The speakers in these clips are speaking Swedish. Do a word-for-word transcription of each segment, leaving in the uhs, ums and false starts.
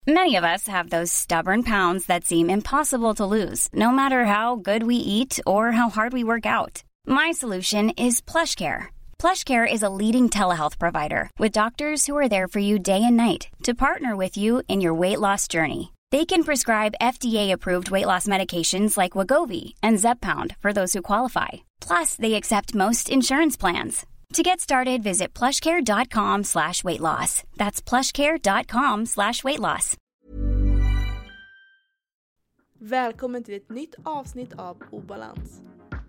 Many of us have those stubborn pounds that seem impossible to lose, no matter how good we eat or how hard we work out. My solution is PlushCare. PlushCare is a leading telehealth provider with doctors who are there for you day and night to partner with you in your weight loss journey. They can prescribe F D A-approved weight loss medications like Wegovy and Zepbound for those who qualify. Plus, they accept most insurance plans. To get started, visit plushcare.com slash weight loss. That's plushcare.com slash weight loss. Välkommen till ett nytt avsnitt av Obalans.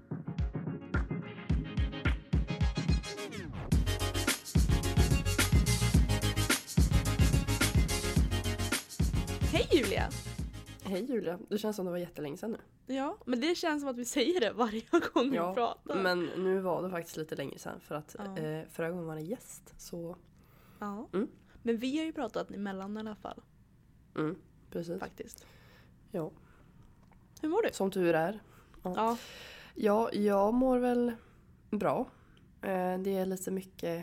Hej Julia! Hej Julia, det känns som det var jättelänge sedan nu. Ja, men det känns som att vi säger det varje gång ja, vi pratar. Men nu var det faktiskt lite längre sedan för att ja. eh, förra gången var det gäst. Så... Ja, mm. men vi har ju pratat emellan i alla fall. Mm, precis. Faktiskt. Ja. Hur mår du? Som tur är. Ja, ja. ja jag mår väl bra. Eh, det är lite mycket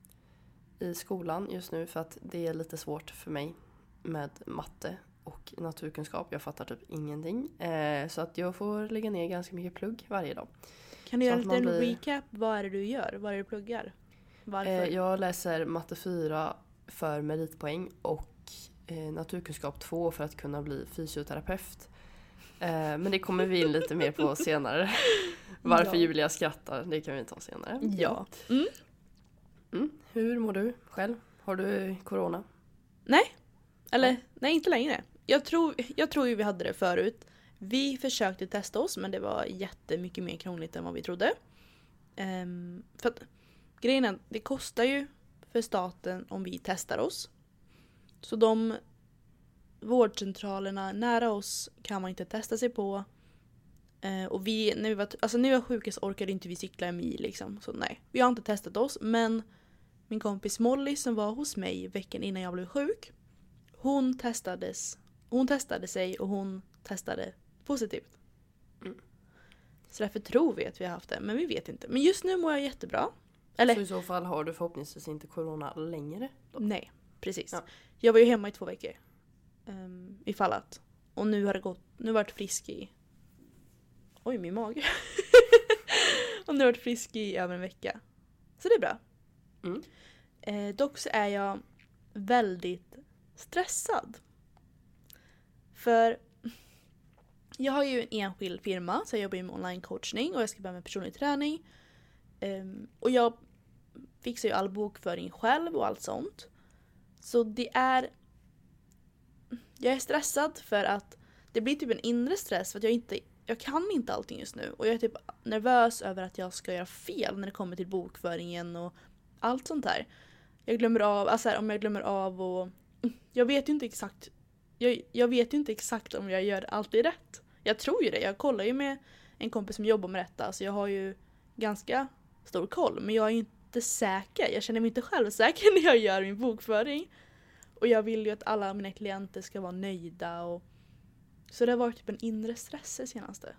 i skolan just nu för att det är lite svårt för mig med matte och naturkunskap. Jag fattar typ ingenting. Eh, så att jag får lägga ner ganska mycket plugg varje dag. Kan du så göra en liten blir... recap? Vad är det du gör? Vad är det du pluggar? Varför? Eh, jag läser matte fyra för meritpoäng och eh, naturkunskap två för att kunna bli fysioterapeut. Eh, men det kommer vi in lite mer på senare. Varför ja. Julia skrattar, det kan vi ta senare. Ja. Mm. Mm. Hur mår du själv? Har du corona? Nej. Eller, nej, nej inte längre. Jag tror, jag tror ju vi hade det förut. Vi försökte testa oss, men det var jättemycket mer krångligt än vad vi trodde. Um, för att grejen är, det kostar ju för staten om vi testar oss. Så de vårdcentralerna nära oss kan man inte testa sig på. Uh, och vi, när vi var, alltså när vi var sjuka så orkade inte vi cykla en mil liksom. Så nej, vi har inte testat oss. Men min kompis Molly som var hos mig veckan innan jag blev sjuk. Hon testades, hon testade sig och hon testade positivt. Mm. Så därför tror vi att vi har haft det, men vi vet inte. Men just nu mår jag jättebra. Eller? Så i så fall har du förhoppningsvis inte corona längre då? Nej, precis. Ja. Jag var ju hemma i två veckor. Um, ifall att. Och nu har det gått, nu har jag varit frisk i... Oj, min mage. Och nu har jag varit frisk i över en vecka. Så det är bra. Mm. Eh, dock så är jag väldigt stressad. För jag har ju en enskild firma så jag jobbar med online-coachning och jag ska börja med personlig träning. Um, och jag fixar ju all bokföring själv och allt sånt. Så det är... Jag är stressad för att det blir typ en inre stress för att jag inte... Jag kan inte allting just nu. Och jag är typ nervös över att jag ska göra fel när det kommer till bokföringen och allt sånt här. Jag glömmer av, alltså här, om jag glömmer av och... Jag vet ju inte exakt... Jag, jag vet ju inte exakt om jag gör alltid rätt. Jag tror ju det. Jag kollar ju med en kompis som jobbar med detta. Så jag har ju ganska stor koll. Men jag är ju inte säker. Jag känner mig inte självsäker när jag gör min bokföring. Och jag vill ju att alla mina klienter ska vara nöjda. Och... Så det har varit typ en inre stress det senaste.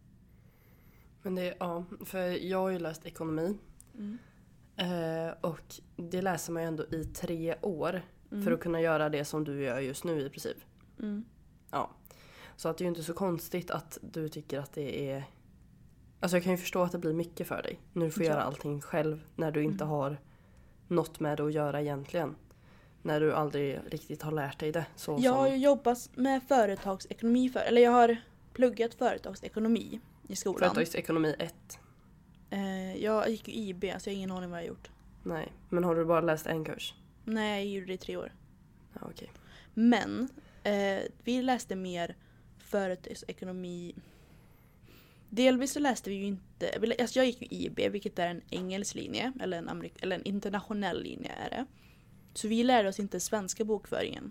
Men det, ja, för jag har ju läst ekonomi. Mm. Eh, och det läser man ju ändå i tre år. Mm. För att kunna göra det som du gör just nu i princip. Mm. Ja. Så att det är ju inte så konstigt att du tycker att det är... Alltså jag kan ju förstå att det blir mycket för dig. När du får ja. göra allting själv. När du inte Mm. har något med det att göra egentligen. När du aldrig riktigt har lärt dig det. Så Jag har som... ju jobbat med företagsekonomi för... Eller jag har pluggat företagsekonomi i skolan. Företagsekonomi ett. Eh, jag gick ju I B så jag har ingen aning vad jag har gjort. Nej, men har du bara läst en kurs? Nej, jag gjorde det i tre år. Ja, okej. Okay. Men eh, vi läste mer företagsekonomi. Delvis så läste vi ju inte... Alltså jag gick ju I B, vilket är en engelsk linje. Eller en, amerik- eller en internationell linje är det. Så vi lärde oss inte svenska bokföringen.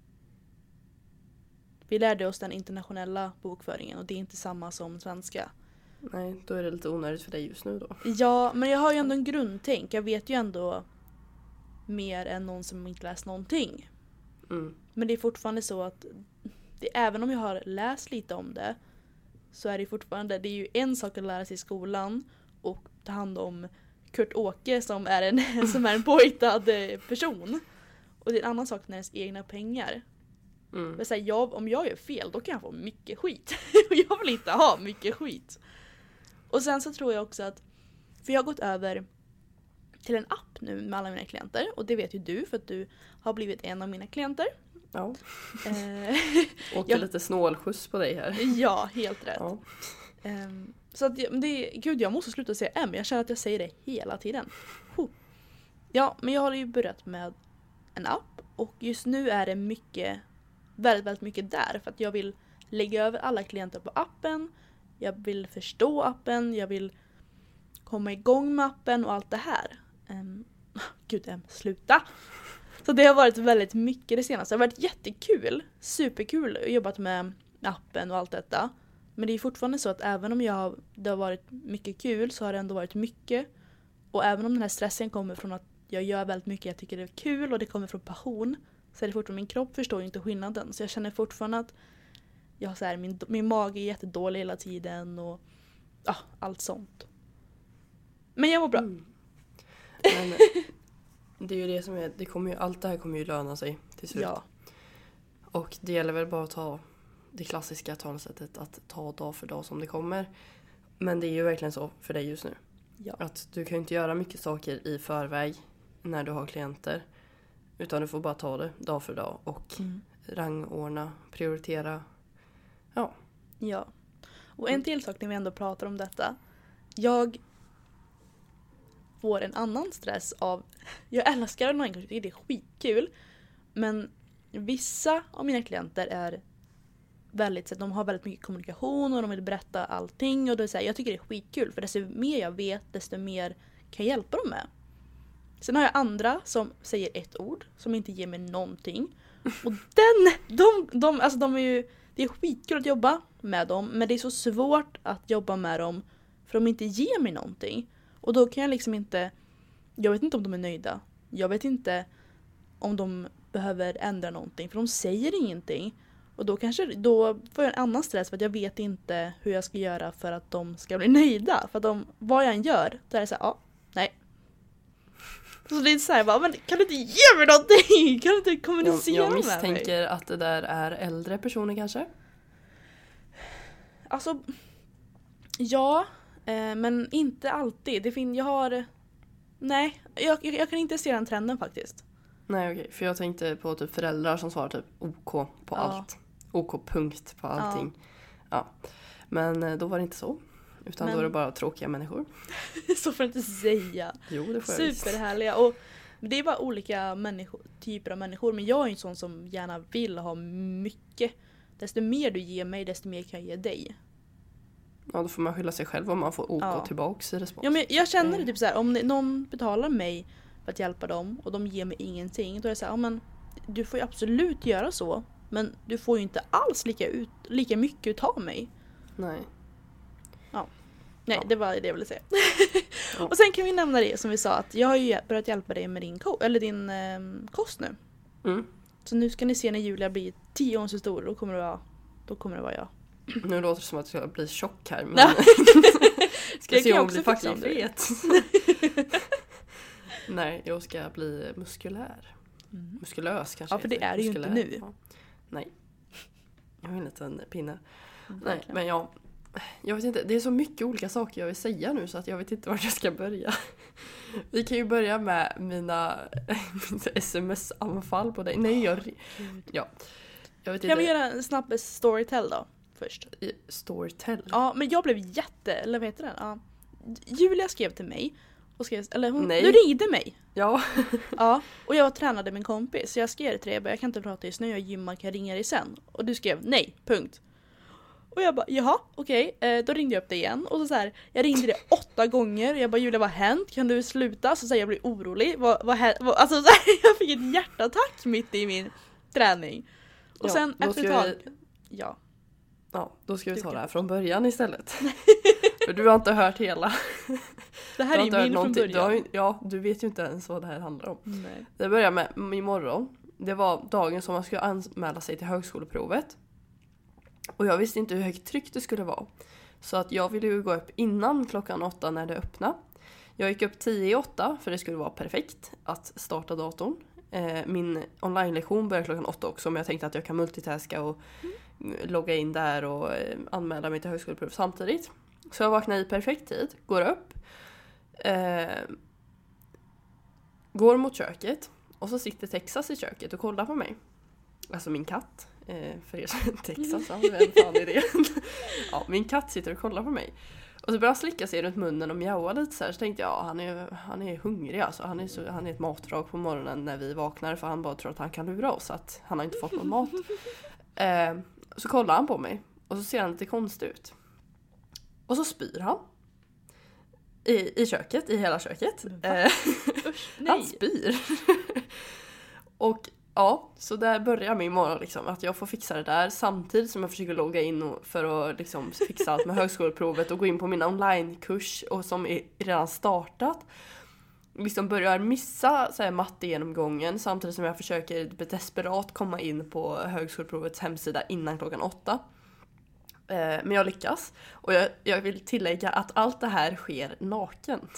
Vi lärde oss den internationella bokföringen. Och det är inte samma som svenska. Nej, då är det lite onödigt för dig just nu då. Ja, men jag har ju ändå en grundtänk. Jag vet ju ändå mer än någon som inte läst någonting. Mm. Men det är fortfarande så att det, även om jag har läst lite om det, så är det fortfarande, det är ju en sak att lära sig i skolan och ta hand om Kurt-Åke som är en, som är en påhittad person. Och det är en annan sak när ens egna pengar. Mm. Så här, jag, om jag gör fel, då kan jag få mycket skit. Och jag vill inte ha mycket skit. Och sen så tror jag också att, för jag har gått över till en app nu med alla mina klienter. Och det vet ju du, för att du har blivit en av mina klienter. Ja. Eh, Åker jag, lite snålskjuts på dig här. Ja, helt rätt. Ja. Um, så att det, gud, jag måste sluta säga M. Jag känner att jag säger det hela tiden. Huh. Ja, men jag har ju börjat med en app. Och just nu är det mycket, väldigt, väldigt mycket där. För att jag vill lägga över alla klienter på appen. Jag vill förstå appen. Jag vill komma igång med appen och allt det här. Um, gud, M, sluta! Så det har varit väldigt mycket det senaste. Det har varit jättekul. Superkul att jobba med appen och allt detta. Men det är fortfarande så att även om jag har, det har varit mycket kul, så har det ändå varit mycket. Och även om den här stressen kommer från att jag gör väldigt mycket, jag tycker det är kul och det kommer från passion, så är det fortfarande, min kropp förstår ju inte skillnaden. Så jag känner fortfarande att jag har så här, min, min mage är jättedålig hela tiden och ja, allt sånt. Men jag mår bra. Mm. Men det är ju det som är, det kommer ju, allt det här kommer ju löna sig till slut. Ja. Och det gäller väl bara att ta det klassiska talesättet att ta dag för dag som det kommer. Men det är ju verkligen så för dig just nu. Ja. Att du kan ju inte göra mycket saker i förväg när du har klienter. Utan du får bara ta det dag för dag och mm. rangordna, prioritera. Ja. Ja. Och en till sak när vi ändå pratar om detta. Jag får en annan stress av, jag älskar online-coaching, det är skitkul. Men vissa av mina klienter är väldigt, så de har väldigt mycket kommunikation och de vill berätta allting. Och det är så här, jag tycker det är skitkul, för desto mer jag vet, desto mer kan jag hjälpa dem med. Sen har jag andra som säger ett ord som inte ger mig någonting. Och den, de, de, alltså de är ju, det är skitkul att jobba med dem, men det är så svårt att jobba med dem för de inte ger mig någonting. Och då kan jag liksom inte, jag vet inte om de är nöjda. Jag vet inte om de behöver ändra någonting, för de säger ingenting. Och då kanske, då får jag en annan stress för att jag vet inte hur jag ska göra för att de ska bli nöjda. För att de, vad jag än gör, då är det så här, ja, nej. Så det är så här, bara, men kan du inte ge mig någonting? Kan du inte kommunicera jag, jag med mig? Jag misstänker att det där är äldre personer kanske? Alltså, ja, eh, men inte alltid. Det fin- jag har, nej, jag, jag, jag kan inte se den trenden faktiskt. Nej, okej. För jag tänkte på typ föräldrar som svarar typ OK på ja. allt. OK punkt på allting. Ja. ja. Men då var det inte så. Utan Men... då är det bara tråkiga människor. Så får jag inte säga. Jo, det får jag. Superhärliga. Och det är bara olika människor, typer av människor. Men jag är en sån som gärna vill ha mycket. Desto mer du ger mig, desto mer kan jag ge dig. Ja, då får man skylla sig själv om man får OK ja. tillbaks i respons. Ja, men jag känner det typ så här, om någon betalar mig för att hjälpa dem och de ger mig ingenting, då är det så här, ja, men du får ju absolut göra så, men du får ju inte alls lika, ut, lika mycket utav mig. Nej. Ja. Nej, ja. Det var det jag ville säga. Ja. Och sen kan vi nämna det som vi sa, att jag har ju börjat hjälpa dig med din, ko- eller din eh, kost nu. Mm. Så nu ska ni se när Julia blir tio år så stor, då kommer det vara, då kommer det vara jag. Nu låter det som att jag blir tjock här. Men... Ja. ska se om jag blir faktiskt fet. Nej, jag ska bli muskulär. Mm. Muskulös kanske. Ja, för det är det ju inte nu. Ja. Nej. Jag har en liten pinne. Mm, Nej, men jag... Jag vet inte, det är så mycket olika saker jag vill säga nu så att jag vet inte vart jag ska börja. Vi kan ju börja med mina sms-anfall på dig. Nej, jag... Ja. Jag vet inte. Kan vi göra en snabb storytell då? Först. Storytell? Ja, men jag blev jätte... Eller vad heter den? Ja. Julia skrev till mig. Och skrev, eller hon Nej. du ringde mig. Ja. Ja. Och jag tränade med en kompis. Så jag skrev till dig. Jag, bara, jag kan inte prata just nu. Jag gymmar, kan jag ringa dig sen? Och du skrev nej. Punkt. Och jag bara, jaha, okej. Okay. Då ringde jag upp dig igen. Och så, så här, jag ringde dig åtta gånger. Jag bara, Julia, vad har hänt? Kan du sluta? Så, så här, jag blev orolig. Vad, vad, vad, alltså, så här, jag fick ett hjärtattack mitt i min träning. Och ja, sen efter ett tag... Vi... Ja. Ja, då ska vi ta det här från början istället. För du har inte hört hela. Det här är ju min från början. Du har ju, ja, du vet ju inte ens vad det här handlar om. Nej. Det börjar med imorgon. Det var dagen som man skulle anmäla sig till högskoleprovet. Och jag visste inte hur högt tryck det skulle vara. Så att jag ville ju gå upp innan klockan åtta när det öppnade. Jag gick upp tio i åtta för det skulle vara perfekt att starta datorn. Eh, min online-lektion börjar klockan åtta också, men jag tänkte att jag kan multitaska och mm. logga in där och eh, anmäla mig till högskoleprov samtidigt. Så jag vaknar i perfekt tid, går upp, eh, går mot köket och så sitter Texas i köket och kollar på mig. Alltså min katt. Eh, för er som Texas, ja, vem fan är det? Ja, min katt sitter och kollar på mig. Och så börjar han slicka sig runt munnen och mjaua lite så här. Så tänkte jag, ja, han är, han är hungrig alltså. Han är, så, han är ett matdrag på morgonen när vi vaknar. För han bara tror att han kan lura oss. Att han har inte fått någon mat. Eh, så kollar han på mig. Och så ser han lite konstigt ut. Och så spyr han. I, i köket, i hela köket. Eh, Usch, han spyr. Och ja, så där börjar min morgon liksom. Att jag får fixa det där samtidigt som jag försöker logga in och, för att liksom fixa allt med högskoleprovet och gå in på min onlinekurs och som är redan startat. Liksom börjar missa så här, mattegenomgången samtidigt som jag försöker desperat komma in på högskoleprovets hemsida innan klockan åtta. Eh, men jag lyckas. Och jag, jag vill tillägga att allt det här sker naken.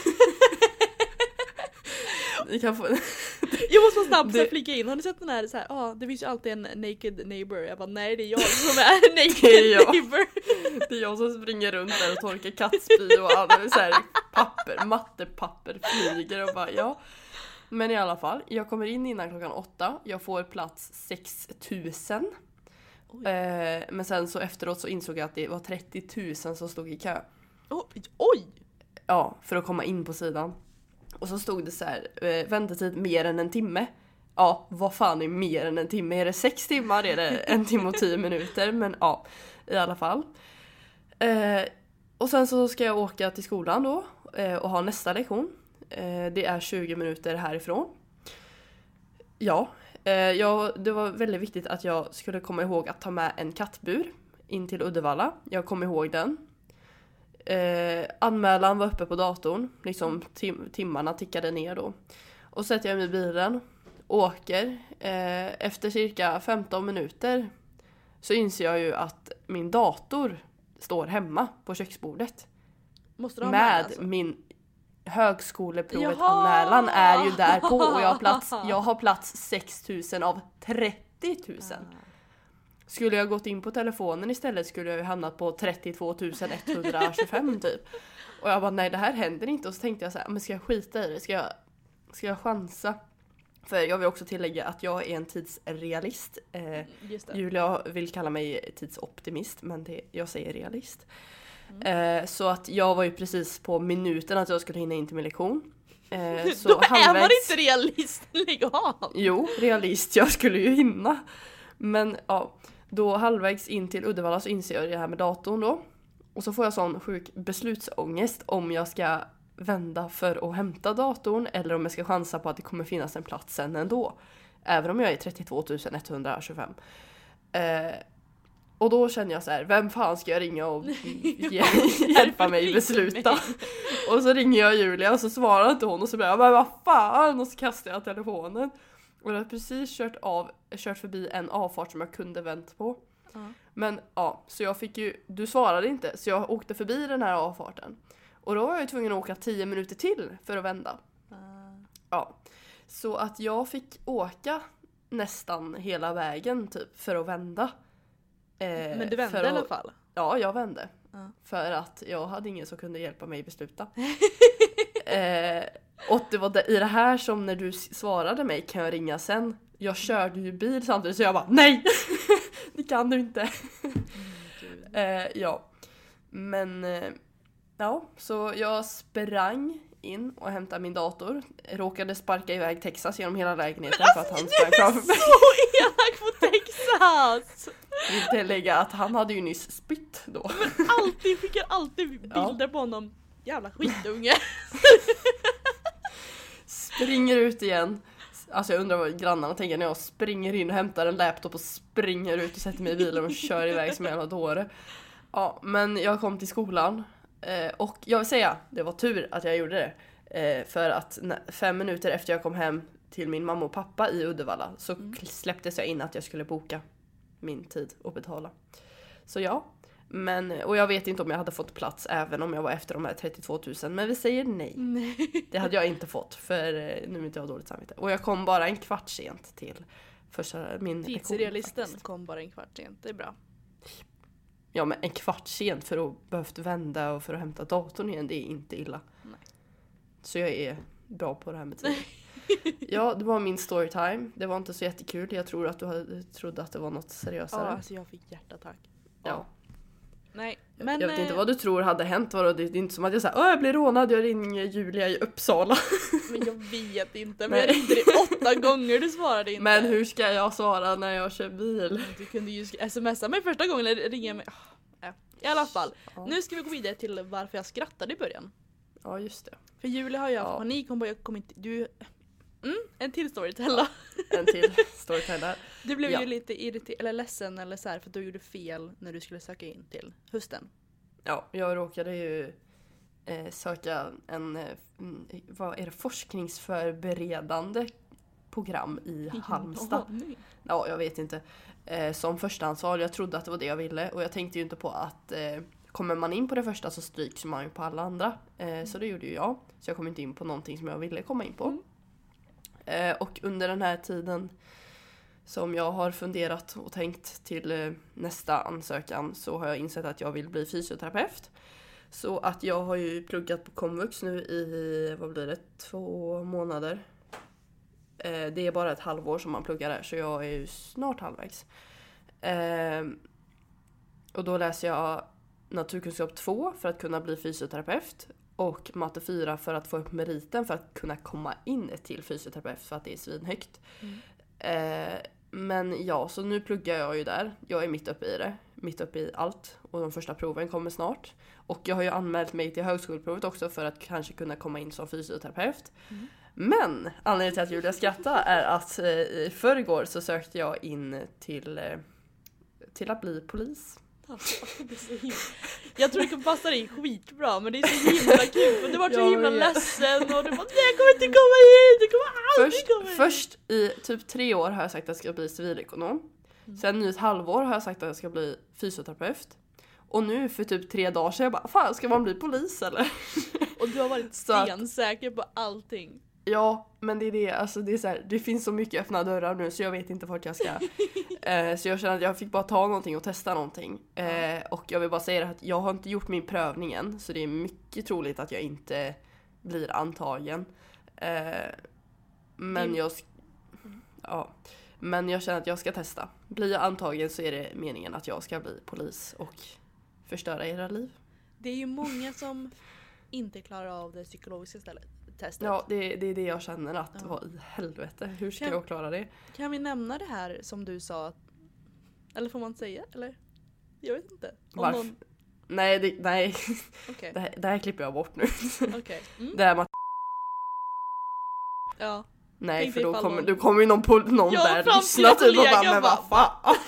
Ni kan få... Jag måste vara snabb så Det- att flika in. Har ni sett den här så här, ja, det finns ju alltid en naked neighbor. Jag bara, nej det är jag som är Det är naked jag. neighbor. Det är jag som springer runt där och torkar kattspy och alla så här papper, mattepapper flyger och bara ja. Men i alla fall, jag kommer in innan klockan åtta. Jag får plats sex tusen. Eh, men sen så efteråt så insåg jag att det var trettio tusen som stod i kö. Oj, oj! Ja, för att komma in på sidan. Och så stod det så här, eh, väntetid mer än en timme. Ja, vad fan är mer än en timme? Är det sex timmar? Är det en timme och tio minuter? Men ja, i alla fall. Eh, och sen så ska jag åka till skolan då eh, och ha nästa lektion. Eh, det är tjugo minuter härifrån. Ja, eh, jag, det var väldigt viktigt att jag skulle komma ihåg att ta med en kattbur in till Uddevalla. Jag kom ihåg den. Eh, anmälan var uppe på datorn. Liksom tim- timmarna tickade ner då. Och sätter jag mig i bilen. Åker. Eh, efter cirka femton minuter så inser jag ju att min dator står hemma på köksbordet. Måste du ha Med med alltså? min högskoleprovet Jaha! anmälan är ju där på. Och jag har plats, jag har plats sex tusen av trettio tusen. Skulle jag gått in på telefonen istället skulle jag ju hamnat på trettiotvå tusen etthundratjugofem typ. Och jag bara, nej det här händer inte. Och så tänkte jag så här, men ska jag skita i det? Ska jag, ska jag chansa? För jag vill också tillägga att jag är en tidsrealist. Eh, Just det. Julia vill kalla mig tidsoptimist, men det, jag säger realist. Mm. Eh, så att jag var ju precis på minuten att jag skulle hinna in till min lektion. Eh, så Då är man halvvägs- inte realist, lägg av! Jo, realist. Jag skulle ju hinna. Men ja, då halvvägs in till Uddevalla så inser jag det här med datorn då. Och så får jag sån sjuk beslutsångest om jag ska vända för att hämta datorn eller om jag ska chansa på att det kommer finnas en plats sen ändå. Även om jag är trettiotvå tusen etthundratjugofem. Eh, och då känner jag så här, vem fan ska jag ringa och ge, hjälpa mig besluta? Och så ringer jag Julia och så svarar inte hon och så blir jag, men vad fan? Och så kastar jag telefonen. Och jag har precis kört av, kört förbi en avfart som jag kunde vänt på. Ja. Men ja, så jag fick ju, du svarade inte, så jag åkte förbi den här avfarten. Och då var jag ju tvungen att åka tio minuter till för att vända. Uh. Ja, så att jag fick åka nästan hela vägen typ för att vända. Eh, Men du vände för i alla att- fall? Ja, jag vände. Ja. För att jag hade ingen som kunde hjälpa mig besluta. eh, och det var det, i det här som när du s- svarade mig, kan jag ringa sen? Jag körde ju bil samtidigt så jag bara, nej! Det kan du inte. eh, ja. Men eh, ja, så jag sprang in och hämtade min dator. Råkade sparka iväg Texas genom hela lägenheten för att han sprang framför mig. Så elak på Texas! Vill tillägga att han hade ju nyss spytt då. Alltid, skickar alltid bilder på honom. Jävla skitunge. Springer ut igen. Alltså jag undrar vad grannarna tänker när jag springer in och hämtar en laptop och springer ut och sätter mig i bilen och kör iväg som en jävla dåre. Ja, men jag kom till skolan. Eh, och jag vill säga, det var tur att jag gjorde det. Eh, för att när, fem minuter efter jag kom hem till min mamma och pappa i Uddevalla så mm. släpptes jag in att jag skulle boka min tid och betala. Så ja, Men, och jag vet inte om jag hade fått plats även om jag var efter de här trettiotvå tusen. Men vi säger nej. Nej. Det hade jag inte fått, för nu är inte jag dåligt samvete. Och jag kom bara en kvart sent till första min Tidsrealisten kom bara en kvart sent, det är bra. Ja, men en kvart sent för att behövt vända och för att hämta datorn igen, det är inte illa. Nej. Så jag är bra på det här med tid. Ja, det var min storytime. Det var inte så jättekul. Jag tror att du hade, trodde att det var något seriösare. Ja, alltså jag fick hjärtattack. Ja. Ja. Nej, men... Jag vet inte eh, vad du tror hade hänt. Var det är inte som att jag säger, åh jag blir rånad, jag ringer Julia i Uppsala. Men jag vet inte, men Nej. jag ringde dig åtta gånger, du svarade inte. Men hur ska jag svara när jag kör bil? Du kunde ju smsa mig första gången eller ringa mig. Ah, äh. I alla fall, Ja. nu ska vi gå vidare till varför jag skrattade i början. Ja, just det. För Julia har ju haft Ja. panik, hon bara, jag kommer inte... Du... Mm, en till storyteller. En till storyteller. Du blev Ja. ju lite irriterad, eller ledsen eller så här, för att du gjorde fel när du skulle söka in till hösten. Ja, jag råkade ju eh, söka en eh, mm, vad är det, forskningsförberedande program i Halmstad. Aning. Ja, jag vet inte. Eh, som förstahandsval, jag trodde att det var det jag ville. Och jag tänkte ju inte på att eh, kommer man in på det första så stryks man ju på alla andra. Eh, mm. Så det gjorde ju jag. Så jag kom inte in på någonting som jag ville komma in på. Mm. Eh, och under den här tiden som jag har funderat och tänkt till eh, nästa ansökan så har jag insett att jag vill bli fysioterapeut. Så att jag har ju pluggat på komvux nu i, vad blir det, två månader. Eh, det är bara ett halvår som man pluggar där, så jag är ju snart halvvägs. Eh, och då läser jag naturkunskap två för att kunna bli fysioterapeut. Och matte fyra för att få upp meriten för att kunna komma in till fysioterapeut för att det är svinhögt. Mm. Eh, men ja, så nu pluggar jag ju där. Jag är mitt uppe i det. Mitt uppe i allt. Och de första proven kommer snart. Och jag har ju anmält mig till högskoleprovet också för att kanske kunna komma in som fysioterapeut. Mm. Men anledningen till att Julia skrattar är att eh, i förrgår så sökte jag in till, eh, till att bli polis. Alltså, det är så himla... Jag tror det kan passa dig skitbra, men det är så himla kul. Och du var så ja, himla ja. ledsen och du bara, nej jag kommer inte komma hit, jag kommer aldrig först, komma hit. Först i typ tre år har jag sagt att jag ska bli civilekonom. Mm. Sen i ett halvår har jag sagt att jag ska bli fysioterapeut. Och nu för typ tre dagar så jag bara, fan ska man bli polis eller? Och du har varit stensäker på allting. Ja, men det är det, alltså det är så här, det finns så mycket öppna dörrar nu så jag vet inte vart jag ska. eh, så jag känner att jag fick bara ta någonting och testa någonting. Eh, och jag vill bara säga det att jag har inte gjort min prövning än, så det är mycket troligt att jag inte blir antagen. Eh, men jag ja, men jag känner att jag ska testa. Blir jag antagen så är det meningen att jag ska bli polis och förstöra era liv. Det är ju många som inte klarar av det psykologiska stället. Testet. Ja, det, det är det jag känner att ja. Vad i helvete, hur ska kan, jag klara det? Kan vi nämna det här som du sa att, eller får man säga, eller? Jag vet inte. Om Varför? Någon... Nej, det, nej. Okay. det, här, det här klipper jag bort nu. Okay. Mm. Det här med ja. Nej, Tänk för då kommer, någon... då kommer ju någon, på, någon ja, där lyssna typ och bara, men vad fan?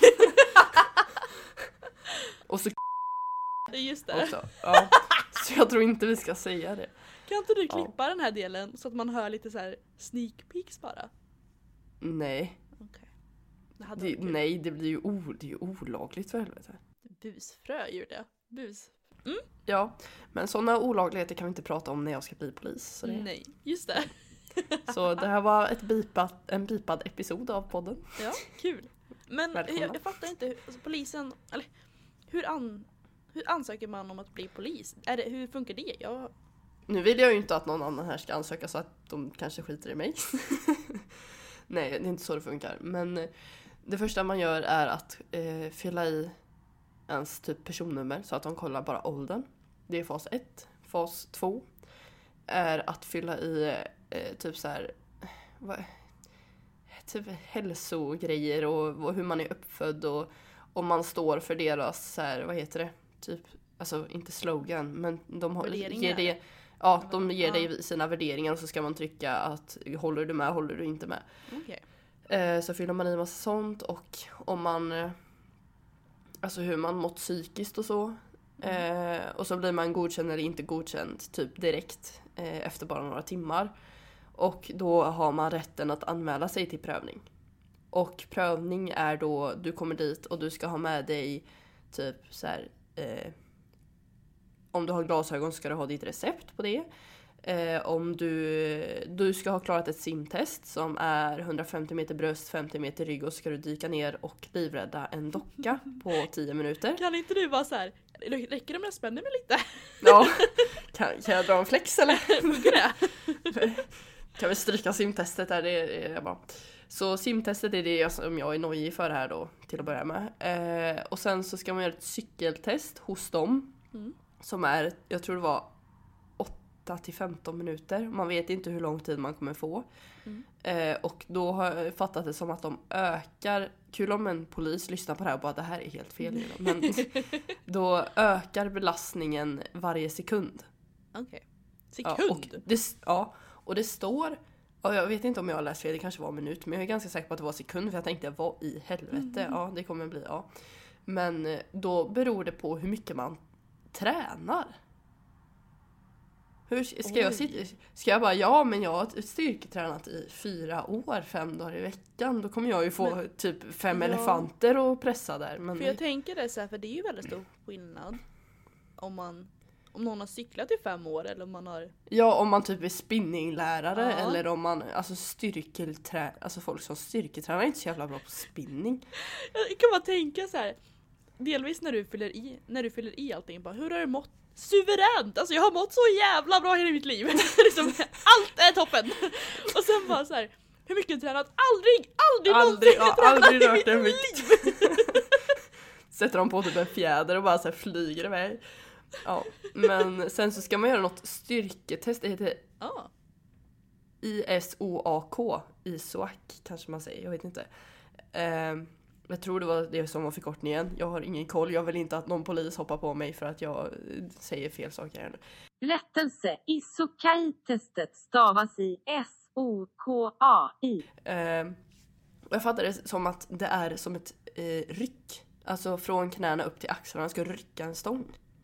Och så just det. också. Ja. Så jag tror inte vi ska säga det. Kan inte du klippa ja. den här delen så att man hör lite så här sneak peeks bara? Nej. Okay. Det, nej, det blir ju o, det är ju olagligt för helvete. Busfrö gjorde jag. Bus. Mm. Ja, men sådana olagligheter kan vi inte prata om när jag ska bli polis. Så det... Nej, just det. Så det här var ett bipat, en bipad episod av podden. Ja, kul. Men jag, jag fattar inte, alltså, polisen, eller hur, an, hur ansöker man om att bli polis? Är det, hur funkar det? Jag... Nu vill jag ju inte att någon annan här ska ansöka så att de kanske skiter i mig. Nej, det är inte så det funkar. Men det första man gör är att eh, fylla i ens typ personnummer så att de kollar bara åldern. Det är fas ett. Fas två är att fylla i eh, typ så här vad, typ hälsogrejer och, och hur man är uppfödd och om man står för deras så här, vad heter det? Typ, alltså inte slogan, men de har, ger det, ja, de ger dig sina värderingar och så ska man trycka att håller du med, håller du inte med. Okay. Eh, så fyller man i massa sånt och om man eh, alltså hur man mått psykiskt och så. Mm. Eh, och så blir man godkänd eller inte godkänd typ direkt eh, efter bara några timmar. Och då har man rätten att anmäla sig till prövning. Och prövning är då, du kommer dit och du ska ha med dig typ så här, eh, om du har glasögon ska du ha ditt recept på det. Eh, om du, du ska ha klarat ett simtest som är hundrafemtio meter bröst, femtio meter rygg och så ska du dyka ner och livrädda en docka på tio minuter. Kan inte du vara så här, räcker det om jag spänner mig lite? Ja, kan, kan jag dra en flex eller? Funkar det? Kan vi stryka simtestet där, det är det bara. Så simtestet är det som jag är nojig för här då, till att börja med. Eh, och sen så ska man göra ett cykeltest hos dem. Mm. Som är, jag tror det var åtta till femton minuter. Man vet inte hur lång tid man kommer få. Mm. Eh, och då har jag fattat det som att de ökar, kul om en polis lyssnar på det här och bara det här är helt fel. Men då ökar belastningen varje sekund. Okej. Okay. Sekund? Ja, och det, ja, och det står, och jag vet inte om jag har läst fel, det kanske var en minut, men jag är ganska säker på att det var sekund för jag tänkte, vad i helvete, mm. ja det kommer bli, ja. Men då beror det på hur mycket man tränar. Hur ska Oj. jag sitta? Ska jag bara, ja men jag har styrketränat i fyra år, fem dagar i veckan. Då kommer jag ju få men, typ fem ja. elefanter och pressa där. Men för jag tänker det så här, för det är ju väldigt stor skillnad om man, om någon har cyklat i fem år eller om man har... Ja, om man typ är spinninglärare ja. eller om man, alltså styrketrä, alltså folk som styrketränar är inte så jävla bra på spinning. Jag kan bara tänka så här, delvis när du fyller i, när du fyller i allting, bara hur har du mått? Suveränt! Alltså jag har mått så jävla bra hela mitt liv. liksom, allt är toppen. Och sen bara så här, hur mycket har tränat? Aldrig, aldrig, aldrig någonsin ja, aldrig tränat i mitt liv. Sätter de på typ en fjäder och bara så här flyger iväg. Ja, men sen så ska man göra något styrketest. Det heter ah. I S O A K. I S O A C kanske man säger, jag vet inte. Ehm Jag tror det var det som var förkortningen. Jag har ingen koll. Jag vill inte att någon polis hoppar på mig för att jag säger fel saker här nu. Rättelse. I S O K A I-testet stavas i S O K A I. Eh, jag fattar det som att det är som ett eh, ryck. Alltså från knäna upp till axlarna. Man ska rycka en stång.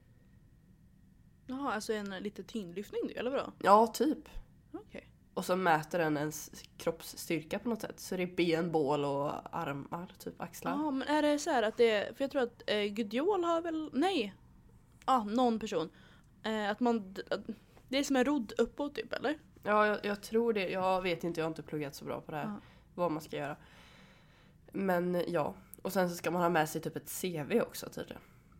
Jaha, alltså en lite tyngdlyftning eller vadå? Ja, typ. Okej. Okay. Och så mäter den ens kroppsstyrka på något sätt. Så det är ben, bål och armar, typ axlar. Ja, men är det så här att det... För jag tror att eh, Gudiol har väl... Nej. Ja, ah, någon person. Eh, att man... Det är som en rodd uppåt typ, eller? Ja, jag, jag tror det. Jag vet inte, jag har inte pluggat så bra på det här. Ah. Vad man ska göra. Men ja. Och sen så ska man ha med sig typ ett C V också tydligen.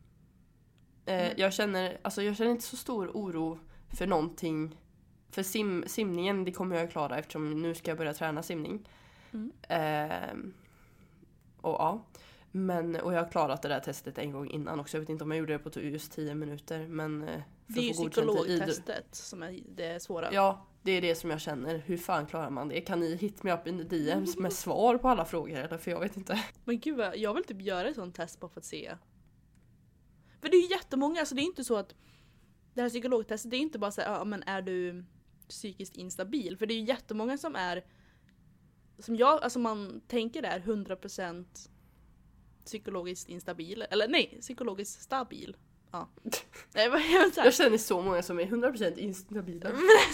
Eh, mm. Jag känner... Alltså jag känner inte så stor oro för någonting... För sim, simningen, det kommer jag klara eftersom nu ska jag börja träna simning. Mm. Eh, och ja. Men, och jag har klarat det där testet en gång innan också. Jag vet inte om jag gjorde det på just tio minuter. Men för det är ju psykologtestet som är det svåra. Ja, det är det som jag känner. Hur fan klarar man det? Kan ni hit me up in the D Ms med svar på alla frågor? Eller? För jag vet inte. Men gud, jag vill typ göra ett sånt test bara för att se. För det är ju jättemånga. Alltså det är inte så att det här psykologtestet, det är inte bara så här, ja men är du psykiskt instabil? För det är ju jättemånga som är, som jag, alltså man tänker är hundra procent psykologiskt instabil. Eller nej, psykologiskt stabil. Ja. Jag känner så många som är hundra procent instabila.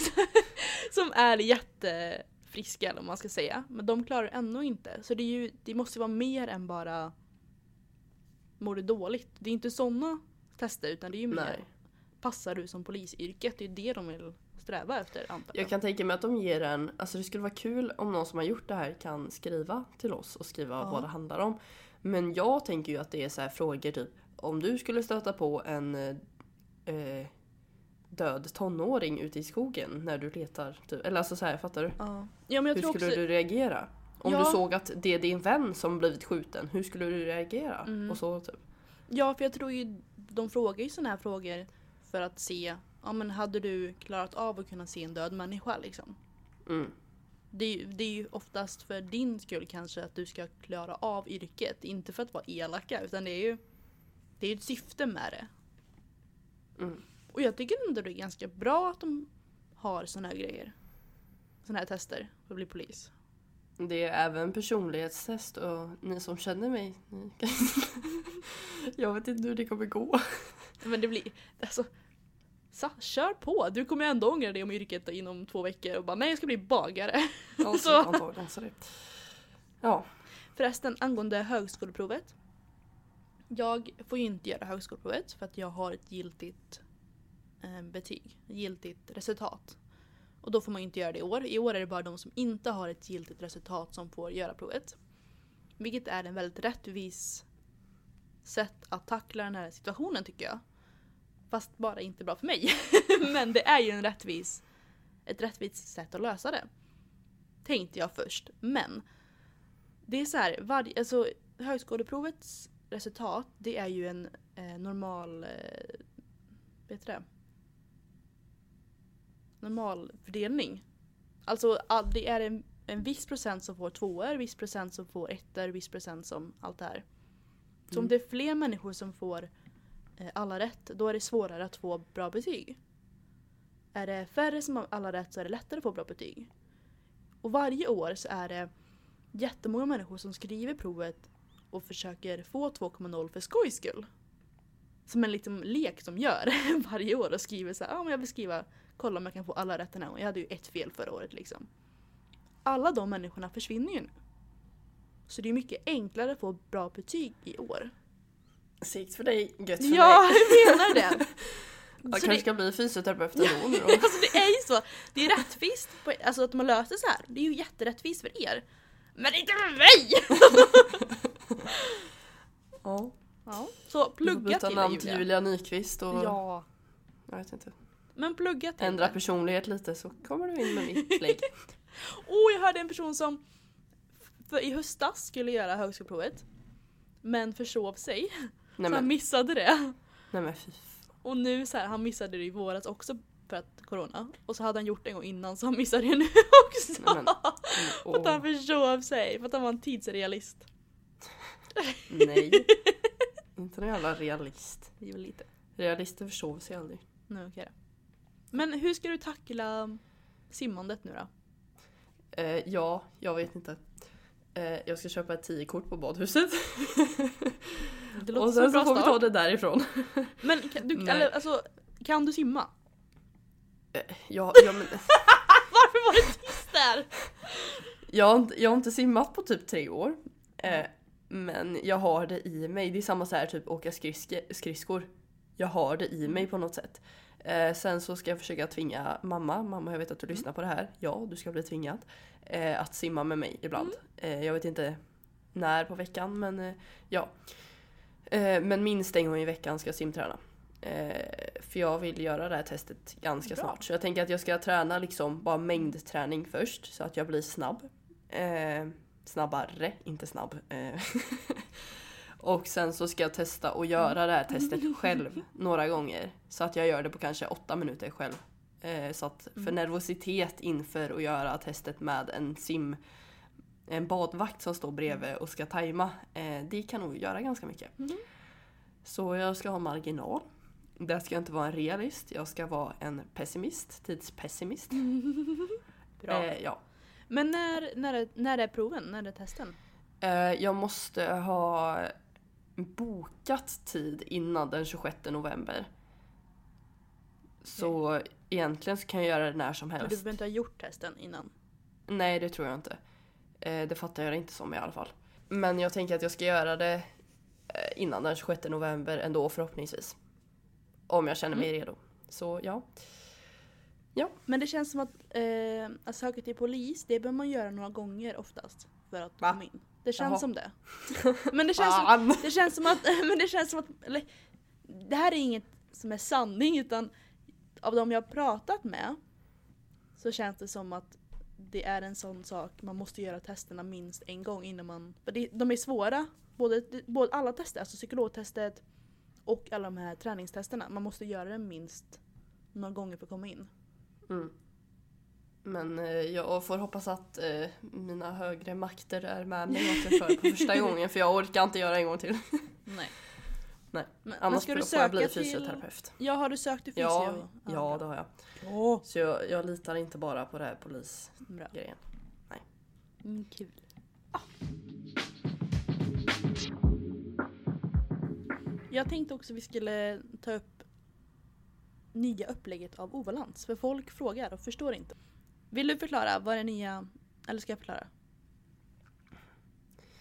Som är jättefriska eller vad man ska säga. Men de klarar ändå inte. Så det, är ju, det måste vara mer än bara mår du dåligt. Det är inte sådana tester utan det är ju mer nej. Passar du som polisyrket? Det är det de vill sträva efter, antar jag. Jag kan tänka mig att de ger en... Alltså det skulle vara kul om någon som har gjort det här kan skriva till oss och skriva ja. Vad det handlar om. Men jag tänker ju att det är så här frågor typ... Om du skulle stöta på en eh, död tonåring ute i skogen när du letar... Typ, eller alltså så här, fattar du? Ja. Ja, men jag hur tror skulle också... du reagera? Om ja. Du såg att det är din vän som blivit skjuten, hur skulle du reagera? Mm. Och så typ. Ja, för jag tror ju... De frågar ju såna här frågor för att se... Ja, men hade du klarat av att kunna se en död människa liksom? Mm. Det, är, det är ju oftast för din skull kanske att du ska klara av yrket. Inte för att vara elaka, utan det är ju det är ett syfte med det. Mm. Och jag tycker ändå det är ganska bra att de har såna här grejer. Såna här tester för att bli polis. Det är även personlighetstest och ni som känner mig, ni kan... jag vet inte hur det kommer gå. Men det blir, alltså... Så, kör på. Du kommer ändå ångra dig om yrket inom två veckor och bara, nej jag ska bli bagare. Ja, så. Antagligen, så det. Ja. Förresten, angående högskoleprovet. Jag får ju inte göra högskoleprovet för att jag har ett giltigt eh, betyg, ett giltigt resultat. Och då får man ju inte göra det i år. I år är det bara de som inte har ett giltigt resultat som får göra provet. Vilket är en väldigt rättvis sätt att tackla den här situationen tycker jag. Fast bara inte bra för mig. Men det är ju en rättvis, ett rättvist sätt att lösa det. Tänkte jag först. Men det är så här, varje, alltså, högskoleprovets resultat, det är ju en eh, normal, eh, vet du det? Normal fördelning. Alltså all, det är en, en viss procent som får tvåor, viss procent som får ettor, viss procent som allt det här. Så mm. om det är fler människor som får eh, alla rätt, då är det svårare att få bra betyg. Är det färre som har alla rätt så är det lättare att få bra betyg. Och varje år så är det jättemånga människor som skriver provet och försöker få två komma noll för skojs skull. Som en liten lek som gör varje år och skriver så här, ja ah, men jag vill skriva, kolla om jag kan få alla rätt den här gången. Jag hade ju ett fel förra året liksom. Alla de människorna försvinner ju nu. Så det är mycket enklare att få bra betyg i år. Sikt för dig, gött för ja, mig. jag menar det. Jag kanske det... ska bli fysioterapeut ändå. Ja, alltså det är ju så. Det är rättvist. På, alltså att man löser så här. Det är ju jätterättvist för er. Men inte för mig! ja. ja. Så plugga till namn Julia. till Julia Nyqvist och... Ja. Jag vet inte. Men plugga till. Ändra personlighet lite så kommer du in med mitt lägg. Åh, oh, jag hörde en person som för i höstas skulle göra högskoleprovet. Men försov sig. Nej, så men... han missade det. Nej men fy. Och nu så här, han missade det i våras också för att corona. Och så hade han gjort det en gång innan så han missade det nu också. Nej, men, för att han försov sig. För att han var en tidsrealist. Nej. Inte någon jävla realist. Jo, lite. Realister försov sig aldrig. Nej, okej då. Men hur ska du tackla simmandet nu då? Eh, ja, jag vet inte. Eh, jag ska köpa ett tio-kort på badhuset. Det låter och sen så så får vi ta det därifrån. Men kan du, eller, alltså, kan du simma? Eh, ja, ja, men... Varför var det tyst där? jag, jag har inte simmat på typ tre år. Eh, men jag har det i mig. Det är samma så här typ åka skridske, skridskor. Jag har det i mig på något sätt. Eh, sen så ska jag försöka tvinga mamma. Mamma, jag vet att du lyssnar på det här. Ja, du ska bli tvingad. Eh, att simma med mig ibland. Mm. Eh, jag vet inte när på veckan, men eh, ja. Eh, men minst en gång i veckan ska jag simträna. Eh, för jag vill göra det här testet ganska Bra. snart. Så jag tänker att jag ska träna liksom bara mängdträning först. Så att jag blir snabb. Eh, snabbare, inte snabb. Eh, och sen så ska jag testa att göra det här testet själv några gånger. Så att jag gör det på kanske åtta minuter själv. Eh, så att för nervositet inför att göra testet med en sim, en badvakt som står bredvid och ska tajma, eh, det kan nog göra ganska mycket. Mm. Så jag ska ha marginal. Där ska jag inte vara en realist, jag ska vara en pessimist, tidspessimist. Bra. Eh, ja. Men när, när, är, när är proven, när är testen? Eh, jag måste ha bokat tid innan den tjugosjätte november. Så okay. Egentligen så kan jag göra det när som helst. Men du behöver inte ha gjort testen innan? Nej, det tror jag inte. Eh, det fattar jag inte som i alla fall. Men jag tänker att jag ska göra det innan den tjugosjätte november ändå förhoppningsvis. Om jag känner mig mm. redo. Så ja. Ja. Men det känns som att, eh, att söka till polis, det behöver man göra några gånger oftast för att Va? komma in. Det känns Jaha. som det. Men det känns som, det känns som att, men det känns som att, eller, det här är inget som är sanning, utan av de jag har pratat med så känns det som att det är en sån sak, man måste göra testerna minst en gång innan man, för det, de är svåra, både, både alla tester, alltså psykologtestet och alla de här träningstesterna, man måste göra det minst några gånger för att komma in. Mm. Men eh, jag får hoppas att eh, mina högre makter är med mig återför på första gången, för jag orkar inte göra en gång till. Nej. Nej. Men, annars men får jag bli fysioterapeut. Till... Ja, har du sökt till fysio? Ja, ja, det har jag. Oh. Så jag, jag litar inte bara på det här polisgrejen. Nej. Mm, kul. Ah. Jag tänkte också vi skulle ta upp nya upplägget av obalans. För folk frågar och förstår inte. Vill du förklara vad är nya, eller ska jag förklara?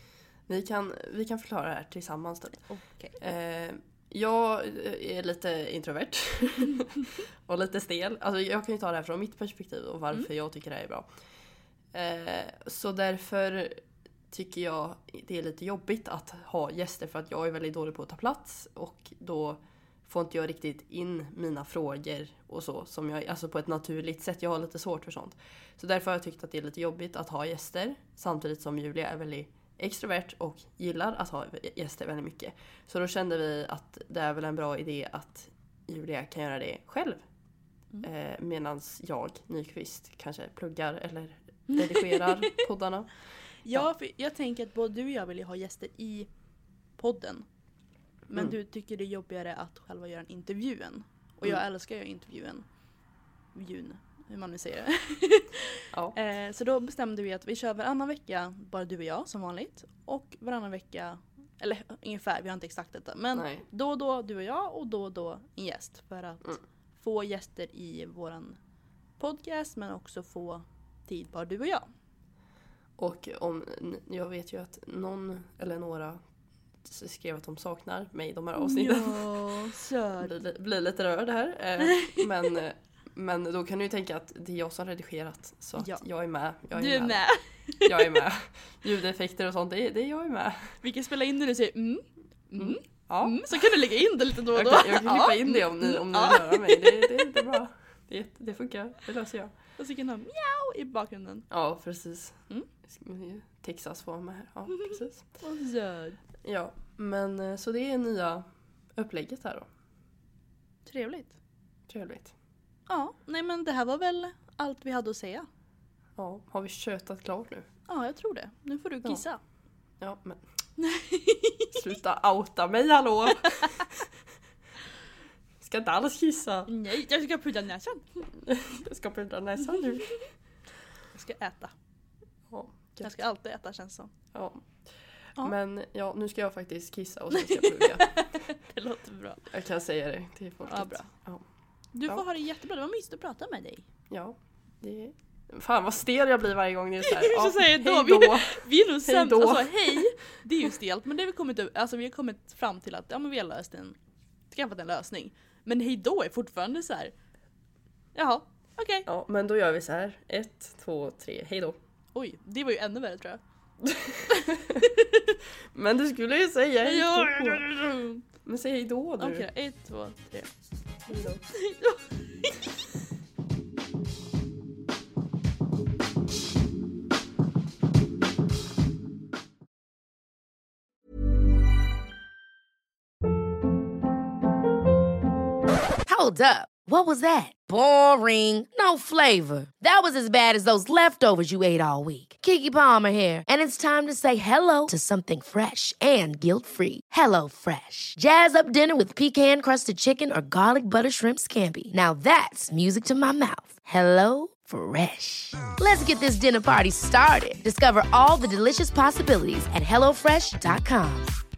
Vi kan, vi kan förklara det här tillsammans då. Okay. Eh, jag är lite introvert. och lite stel. Alltså jag kan ju ta det här från mitt perspektiv och varför mm. jag tycker det här är bra. Eh, så därför tycker jag det är lite jobbigt att ha gäster för att jag är väldigt dålig på att ta plats. Och då får inte jag riktigt in mina frågor och så. Som jag, alltså på ett naturligt sätt. Jag har lite svårt för sånt. Så därför har jag tyckt att det är lite jobbigt att ha gäster. Samtidigt som Julia är väldigt extrovert och gillar att ha gäster väldigt mycket. Så då kände vi att det är väl en bra idé att Julia kan göra det själv. Mm. Eh, Medan jag, Nyqvist, kanske pluggar eller redigerar poddarna. Ja, ja, för jag tänker att både du och jag vill ju ha gäster i podden. Men mm. du tycker det är jobbigare att själva göra en intervjun. Och jag mm. älskar ju intervjun. Vjun, hur man nu säger det. ja. eh, så då bestämde vi att vi kör varannan vecka, bara du och jag som vanligt. Och varannan vecka, eller ungefär, vi har inte exakt detta. Men Nej. då och då du och jag och då och då en gäst. För att mm. få gäster i våran podcast men också få tid bara du och jag. Och om, jag vet ju att någon eller några skrev att de saknar mig i de här avsnitten. Ja, söt. blir, blir lite rörd här. men, men då kan du ju tänka att det är jag som redigerat. Så att ja. jag är med. Jag är du är med. med. Jag är med. Ljudeffekter och sånt, det är, det är jag är med. Vi kan spela in det och säga mm, mm, mm, ja. mm. Så kan du lägga in det lite då och då. Jag kan, jag kan klippa in det om ni, om ni ja. vill höra mig. Det, det, det är bra. Det, det funkar, det löser jag. Och så kan du ha mjau i bakgrunden. Ja, precis. Mm. Texas får med här. Ja, precis. Och så. Ja, men så det är nya upplägget här då. Trevligt. Trevligt. Ja, nej men det här var väl allt vi hade att säga. Ja, har vi köttat klart nu? Ja, jag tror det. Nu får du kissa. Ja, ja men... Sluta outa mig, hallå! Ska inte alls kissa. Nej, jag ska pudra näsan. Jag ska pudra näsan nu. Jag ska äta. Ja, jag ska alltid äta, känns som. Ja. Ja. Men ja, nu ska jag faktiskt kissa och sen ska jag plugga. Det låter bra. Jag kan säga det till folket. Ja, bra. Ja. Du får ja. ha det jättebra. Det var mysigt att prata med dig. Ja, det är... Fan vad stel jag blir varje gång det är så här. Vi ska säga då. Vi, vi är nog sämst. Alltså hej, det är ju stelt. Men det har vi kommit, alltså, vi har kommit fram till att ja, men vi har löst en, skaffat en lösning. Men hej då är fortfarande så här. Jaha, okej. Okay. Ja, men då gör vi så här. Ett, två, tre, hej då. Oj, det var ju ännu värre tror jag. Men du skulle ju säga hej ja, då. ja, ja, ja. Men säg hej då du. Okej, okay, ett, två, tre. Hej då. Hold up. What was that? Boring. No flavor. That was as bad as those leftovers you ate all week. Keke Palmer here, and it's time to say hello to something fresh and guilt-free. Hello Fresh. Jazz up dinner with pecan-crusted chicken or garlic butter shrimp scampi. Now that's music to my mouth. Hello Fresh. Let's get this dinner party started. Discover all the delicious possibilities at hello fresh dot com.